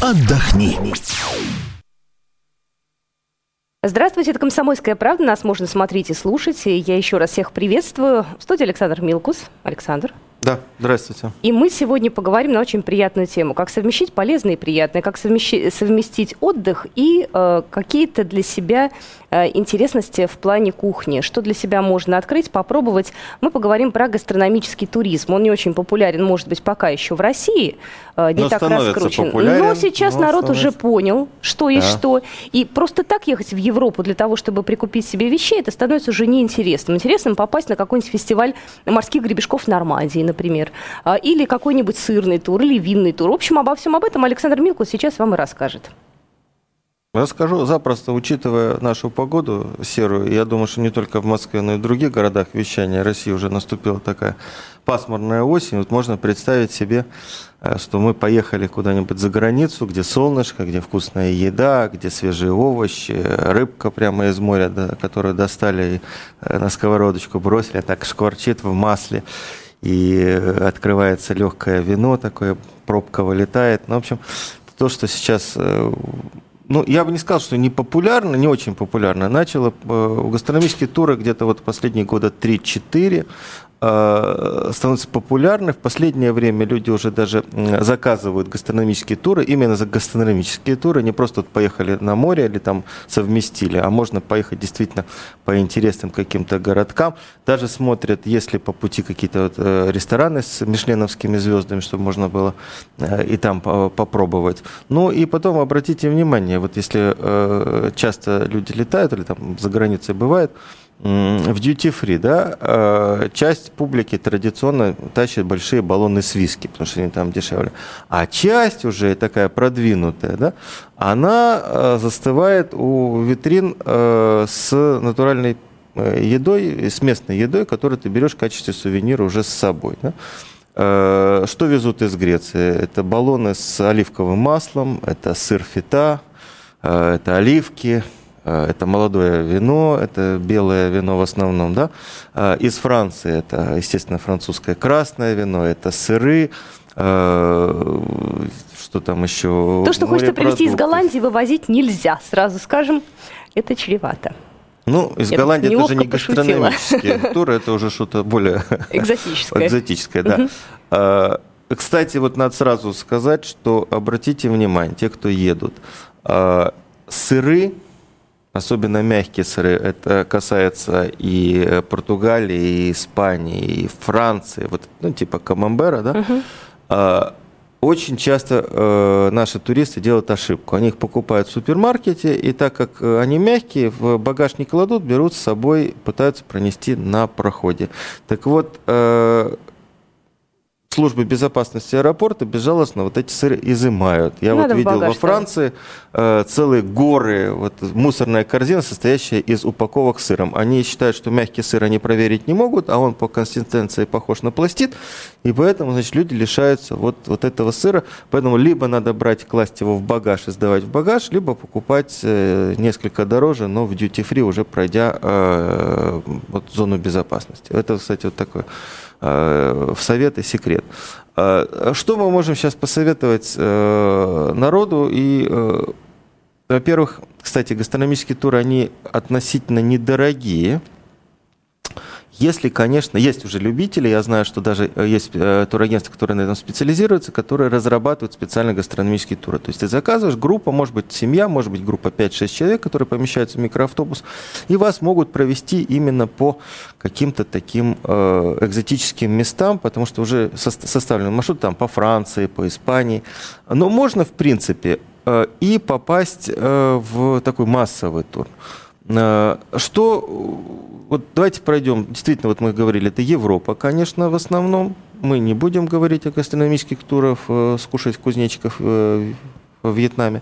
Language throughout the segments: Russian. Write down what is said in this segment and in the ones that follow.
отдохни. Здравствуйте, это «Комсомольская правда». Нас можно смотреть и слушать. Я еще раз всех приветствую. В студии Александр Милкус. Александр. Да, здравствуйте. И мы сегодня поговорим на очень приятную тему. Как совмещать полезное и приятное, как совместить отдых и какие-то для себя интересности в плане кухни. Что для себя можно открыть, попробовать. Мы поговорим про гастрономический туризм. Он не очень популярен, может быть, пока еще в России, не так раскручен. Но сейчас народ уже понял, что есть что. И просто так ехать в Европу для того, чтобы прикупить себе вещей, это становится уже неинтересным. Интересным попасть на какой-нибудь фестиваль морских гребешков в Нормандии, например, или какой-нибудь сырный тур, или винный тур. В общем, обо всем об этом Александр Милкус сейчас вам и расскажет. Расскажу запросто, учитывая нашу погоду серую. Я думаю, что не только в Москве, но и в других городах вещания России уже наступила такая пасмурная осень. Вот можно представить себе, что мы поехали куда-нибудь за границу, где солнышко, где вкусная еда, где свежие овощи, рыбка прямо из моря, да, которую достали и на сковородочку бросили, так шкварчит в масле. И открывается легкое вино, такое пробка вылетает. Ну, в общем, то, что сейчас... Ну, я бы не сказал, что не популярно, не очень популярно. Начало гастрономические туры где-то вот последние года 3-4 становятся популярны. В последнее время люди уже даже заказывают гастрономические туры, именно за гастрономические туры, не просто вот поехали на море или там совместили, а можно поехать действительно по интересным каким-то городкам. Даже смотрят, есть ли по пути какие-то вот рестораны с мишленовскими звездами, чтобы можно было и там попробовать. Ну и потом обратите внимание, вот если часто люди летают или там за границей бывает, в duty-free, да, часть публики традиционно тащит большие баллоны с виски, потому что они там дешевле. А часть уже такая продвинутая, да, она застывает у витрин с натуральной едой, с местной едой, которую ты берешь в качестве сувенира уже с собой. Да. Что везут из Греции? Это баллоны с оливковым маслом, это сыр фета, это оливки. Это молодое вино, это белое вино в основном, да. Из Франции это, естественно, французское красное вино, это сыры, что там еще? То, что хочется привезти из Голландии, вывозить нельзя, сразу скажем, это чревато. Ну, из Голландии это уже не гастрономические туры, это уже что-то более экзотическое, да. Кстати, вот надо сразу сказать, что обратите внимание, те, кто едут, сыры, особенно мягкие сыры, это касается и Португалии, и Испании, и Франции, вот, ну, типа камамбера, да. Очень часто наши туристы делают ошибку. Они их покупают в супермаркете, и так как они мягкие, в багаж не кладут, берут с собой, пытаются пронести на проходе. Так вот, службы безопасности аэропорта безжалостно вот эти сыры изымают. Я вот видел во Франции целые горы, вот, мусорная корзина, состоящая из упаковок с сыром. Они считают, что мягкий сыр они проверить не могут, а он по консистенции похож на пластид, и поэтому, значит, люди лишаются вот этого сыра. Поэтому либо надо брать, класть его в багаж и сдавать в багаж, либо покупать несколько дороже, но в duty-free уже пройдя вот зону безопасности. Это, кстати, вот такой в совет и секрет. Что мы можем сейчас посоветовать народу? И, во-первых, кстати, гастрономические туры, они относительно недорогие. Если, конечно, есть уже любители, я знаю, что даже есть турагентства, которые на этом специализируются, которые разрабатывают специально гастрономические туры. То есть ты заказываешь, группа, может быть, семья, может быть, группа 5-6 человек, которые помещаются в микроавтобус, и вас могут провести именно по каким-то таким экзотическим местам, потому что уже составлен маршрут там по Франции, по Испании. Но можно, в принципе, и попасть в такой массовый тур. Что, вот давайте пройдем, действительно, вот мы говорили, это Европа, конечно, в основном, мы не будем говорить о гастрономических турах, скушать кузнечиков в Вьетнаме.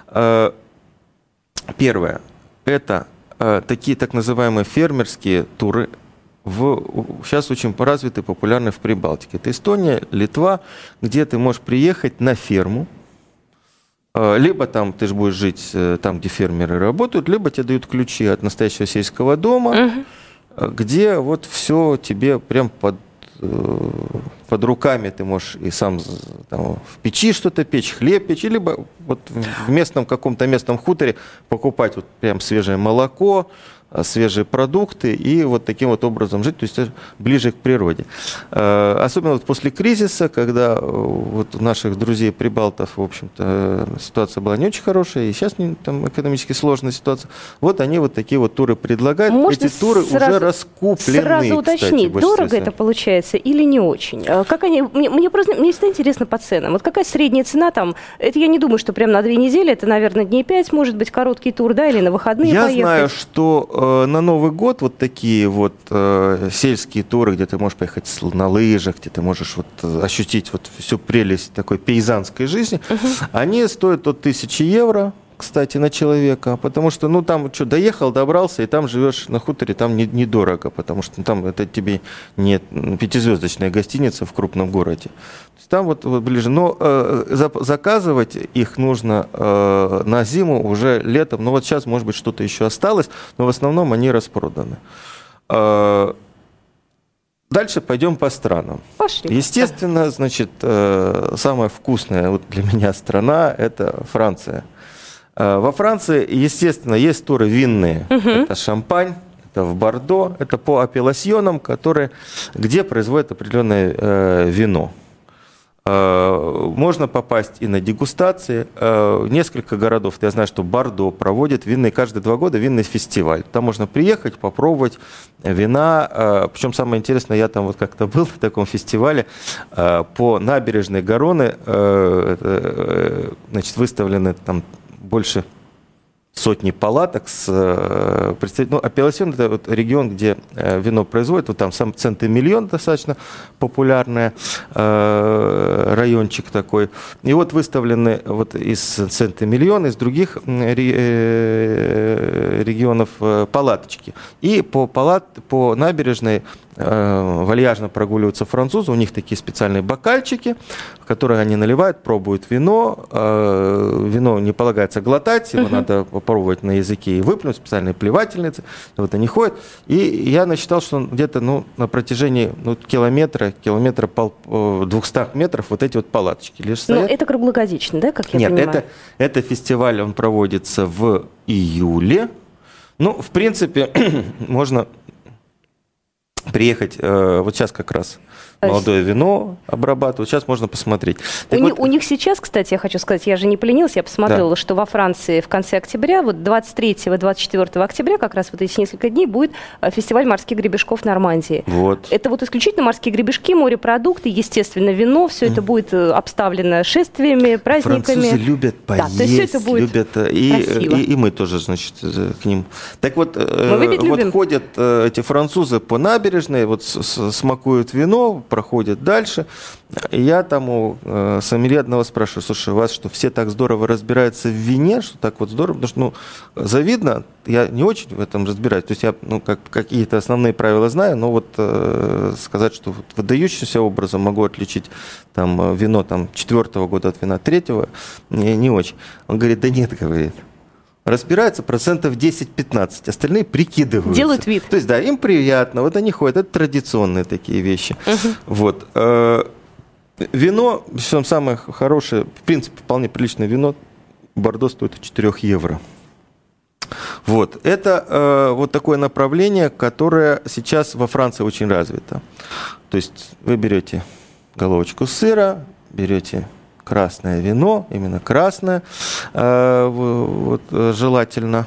Первое, это такие так называемые фермерские туры, сейчас очень развиты и популярны в Прибалтике. Это Эстония, Литва, где ты можешь приехать на ферму, либо там ты же будешь жить там, где фермеры работают, либо тебе дают ключи от настоящего сельского дома, где вот все тебе прям под под руками ты можешь и сам там, в печи что-то печь, хлеб печь, либо вот в местном каком-то местном хуторе покупать вот прям свежее молоко, свежие продукты и вот таким вот образом жить, то есть ближе к природе. Особенно вот после кризиса, когда вот у наших друзей прибалтов, в общем-то, ситуация была не очень хорошая, и сейчас там экономически сложная ситуация, вот они вот такие вот туры предлагают. Можно эти туры уже раскуплены. Сразу уточнить, кстати, дорого это получается или не очень? Как они, мне всегда интересно по ценам. Вот какая средняя цена там? Это я не думаю, что прям на 2 недели, это, наверное, дней 5, может быть, короткий тур, да, или на выходные поехать. Я знаю, что на Новый год вот такие вот сельские туры, где ты можешь поехать на лыжах, где ты можешь вот ощутить вот всю прелесть такой пейзанской жизни, они стоят от 1000 евро, кстати, на человека, потому что, ну, там, что, доехал, добрался, и там живешь на хуторе, там недорого, потому что там это тебе не 5-звездочная гостиница в крупном городе. Там вот ближе. Но заказывать их нужно на зиму, уже летом. Ну, вот сейчас, может быть, что-то еще осталось, но в основном они распроданы. Дальше пойдем по странам. Пошли. Естественно, значит, самая вкусная вот для меня страна – это Франция. Во Франции, естественно, есть туры винные. Это Шампань, это в Бордо, это по апелласьонам, где производят определенное вино. Можно попасть и на дегустации. Несколько городов, я знаю, что Бордо проводит каждые 2 года винный фестиваль. Там можно приехать, попробовать вина. Причем самое интересное, я там вот как-то был на таком фестивале. По набережной Гароны, значит, выставлены там больше сотни палаток с представителями. Ну, апелласьон – это вот регион, где вино производят. Вот там сам Сент-Эмильон достаточно популярный райончик такой. И вот выставлены вот из Сент-Эмильона, из других регионов палаточки. И по набережной вальяжно прогуливаются французы. У них такие специальные бокальчики, в которые они наливают, пробуют вино. Вино не полагается глотать, его надо попробовать на языке и выплюнуть, специальные плевательницы. Вот они ходят. И я насчитал, что где-то на протяжении километра 200 метров вот эти вот палаточки лишь стоят. Но это круглогодично, да, как я понимаю? Нет, это фестиваль, он проводится в июле. Ну, в принципе, можно приехать, вот сейчас как раз молодое вино обрабатывают, сейчас можно посмотреть. У них сейчас, кстати, я хочу сказать, я же не поленилась, я посмотрела, что во Франции в конце октября, вот 23-24 октября, как раз вот эти несколько дней, будет фестиваль морских гребешков в Нормандии. Вот. Это вот исключительно морские гребешки, морепродукты, естественно, вино, все это будет обставлено шествиями, праздниками. Французы любят поесть, то есть это будет любят, и мы тоже, значит, к ним. Так вот, ходят эти французы по набережной, вот смакуют вино, проходят дальше. Я там у сомелье одного спрашиваю: слушай, у вас что, все так здорово разбираются в вине, что так вот здорово? Потому что, завидно, я не очень в этом разбираюсь. То есть я какие-то основные правила знаю, но вот сказать, что вот выдающимся образом могу отличить там вино там 4-го года от вина 3-го, не очень. Он говорит: да нет, говорит. Разбираются 10-15%, остальные прикидываются. Делают вид. То есть, да, им приятно, вот они ходят, это традиционные такие вещи. Вот. Вино, что самое хорошее, в принципе, вполне приличное вино, Бордо стоит 4 евро. Вот. Это вот такое направление, которое сейчас во Франции очень развито. То есть вы берете головочку сыра, берете красное вино, именно красное, вот, желательно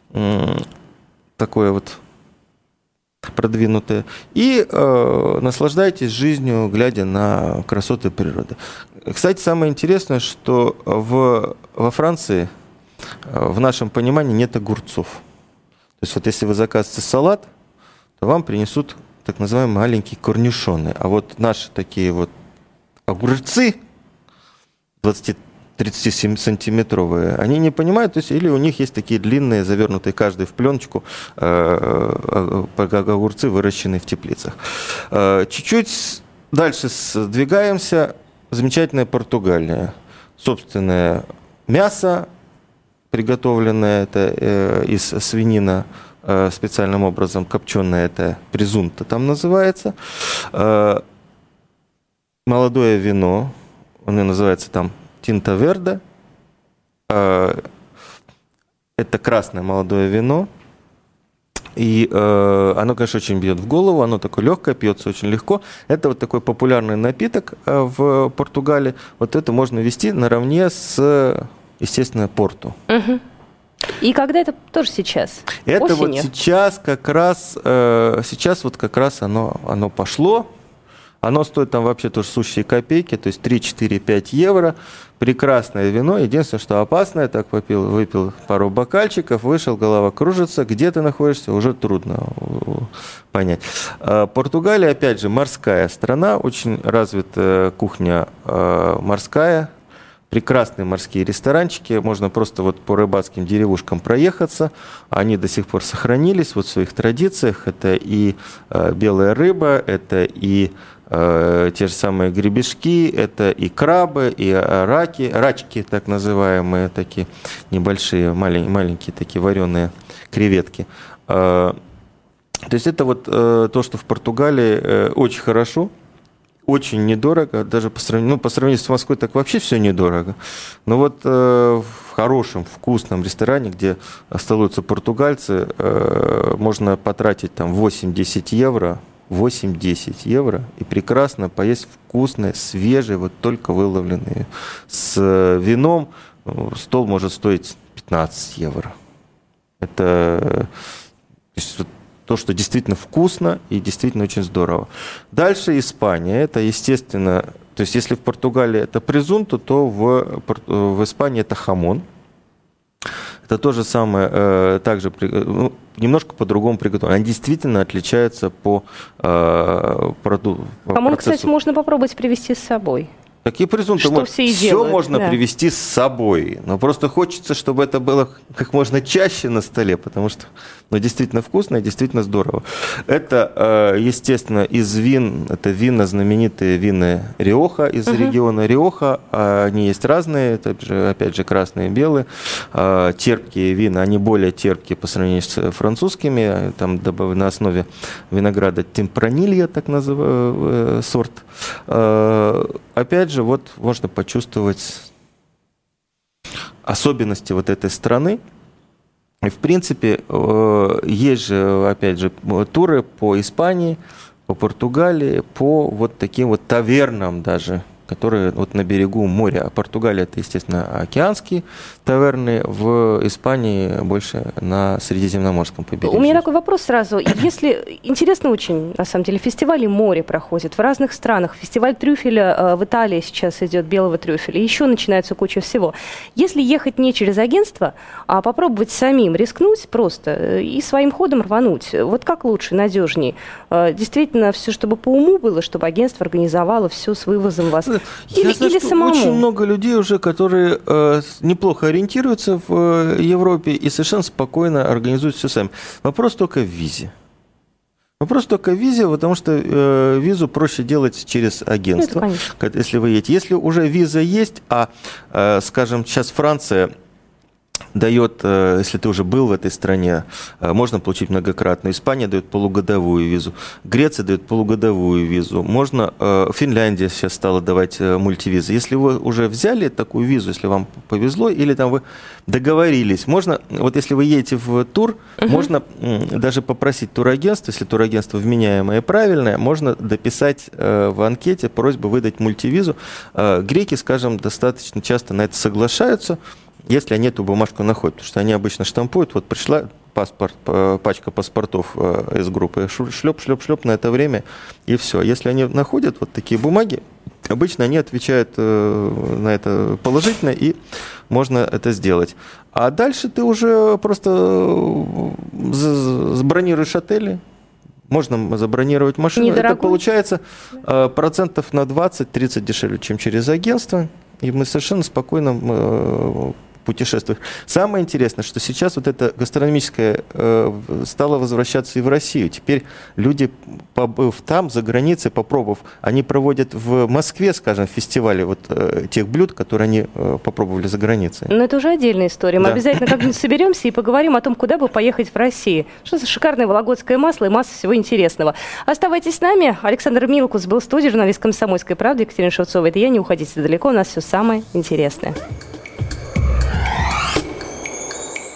такое вот продвинутое, и наслаждайтесь жизнью, глядя на красоты природы. Кстати, самое интересное, что во Франции в нашем понимании нет огурцов. То есть вот если вы заказываете салат, то вам принесут так называемые маленькие корнишоны. А вот наши такие вот огурцы 20-30 сантиметровые, они не понимают, то есть, или у них есть такие длинные, завернутые каждый в пленочку огурцы, выращенные в теплицах. Чуть-чуть дальше сдвигаемся. Замечательная Португалия. Собственное мясо, приготовленное это из свинина, специальным образом копченое, это презунто там называется. молодое вино, оно называется там Тинта Верде. Это красное молодое вино. И оно, конечно, очень бьет в голову, оно такое легкое, пьется очень легко. Это вот такой популярный напиток в Португалии. Вот это можно вести наравне с, естественно, порту. Угу. И когда это тоже сейчас? Это осенью? Вот сейчас как раз оно пошло. Оно стоит там вообще тоже сущие копейки, то есть 3, 4, 5 евро. Прекрасное вино. Единственное, что опасное, так выпил пару бокальчиков, вышел, голова кружится. Где ты находишься, уже трудно понять. Португалия, опять же, морская страна, очень развитая кухня морская. Прекрасные морские ресторанчики, можно просто вот по рыбацким деревушкам проехаться, они до сих пор сохранились вот в своих традициях, это и белая рыба, это и те же самые гребешки, это и крабы, и рачки так называемые, такие небольшие, маленькие такие вареные креветки. То есть это вот то, что в Португалии очень хорошо, очень недорого, даже по сравнению с Москвой так вообще все недорого. Но вот в хорошем, вкусном ресторане, где столуются португальцы, можно потратить там 8-10 евро, 8-10 евро и прекрасно поесть вкусное, свежее, вот только выловленное. С вином стол может стоить 15 евро. Это то, что действительно вкусно и действительно очень здорово. Дальше Испания. Это, естественно, то есть если в Португалии это презунто, то в Испании это хамон. Это то же самое, также немножко по-другому приготовлено. Они действительно отличаются по продукту. Хамон, кстати, можно попробовать привезти с собой. Какие презунты? Все можно привезти с собой. Но просто хочется, чтобы это было как можно чаще на столе, потому что действительно вкусно и действительно здорово. Это, естественно, из вин, это вина, знаменитые вина Риоха, из региона Риоха. Они есть разные, это, опять же, красные и белые. Терпкие вина, они более терпкие по сравнению с французскими. Там на основе винограда темпранилья, так называемый сорт. Опять же, вот можно почувствовать особенности вот этой страны. И, в принципе, есть же, опять же, туры по Испании, по Португалии, по вот таким вот тавернам даже, которые вот на берегу моря. А Португалия – это, естественно, океанские таверны, в Испании больше на Средиземноморском побережье. У меня такой вопрос сразу. Если интересно очень, на самом деле, фестивали моря проходят в разных странах. Фестиваль трюфеля в Италии сейчас идет, белого трюфеля. Еще начинается куча всего. Если ехать не через агентство, а попробовать самим рискнуть просто и своим ходом рвануть, вот как лучше, надежнее? Действительно, все, чтобы по уму было, чтобы агентство организовало все с вывозом вас. Или самому? Очень много людей уже, которые неплохо ориентируются в Европе и совершенно спокойно организуют все сами. Вопрос только в визе. Потому что визу проще делать через агентство, если вы едете. Если уже виза есть, скажем, сейчас Франция дает, если ты уже был в этой стране, можно получить многократно. Испания дает полугодовую визу, Греция дает полугодовую визу. Финляндия сейчас стала давать мультивизы. Если вы уже взяли такую визу, если вам повезло, или там вы договорились, можно, вот если вы едете в тур, можно даже попросить турагентство, если турагентство вменяемое и правильное, можно дописать в анкете просьбу выдать мультивизу. Греки, скажем, достаточно часто на это соглашаются, если они эту бумажку находят, потому что они обычно штампуют, вот пришла пачка паспортов из группы, шлеп на это время, и все. Если они находят вот такие бумаги, обычно они отвечают на это положительно, и можно это сделать. А дальше ты уже просто забронируешь отели, можно забронировать машину. Недорогой. Это получается процентов на 20-30 дешевле, чем через агентство, и мы совершенно спокойно путешествуешь. Самое интересное, что сейчас вот это гастрономическое стало возвращаться и в Россию. Теперь люди, побыв там, за границей, попробовав, они проводят в Москве, скажем, фестивали вот тех блюд, которые они попробовали за границей. Но это уже отдельная история. Мы обязательно как-нибудь соберемся и поговорим о том, куда бы поехать в России. Что за шикарное вологодское масло и масса всего интересного. Оставайтесь с нами. Александр Милкус был в студии, журналист «Комсомольской правды», Екатерина Шевцова. Это я. Не уходите далеко, у нас все самое интересное.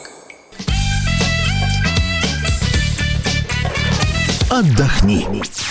Отдохни.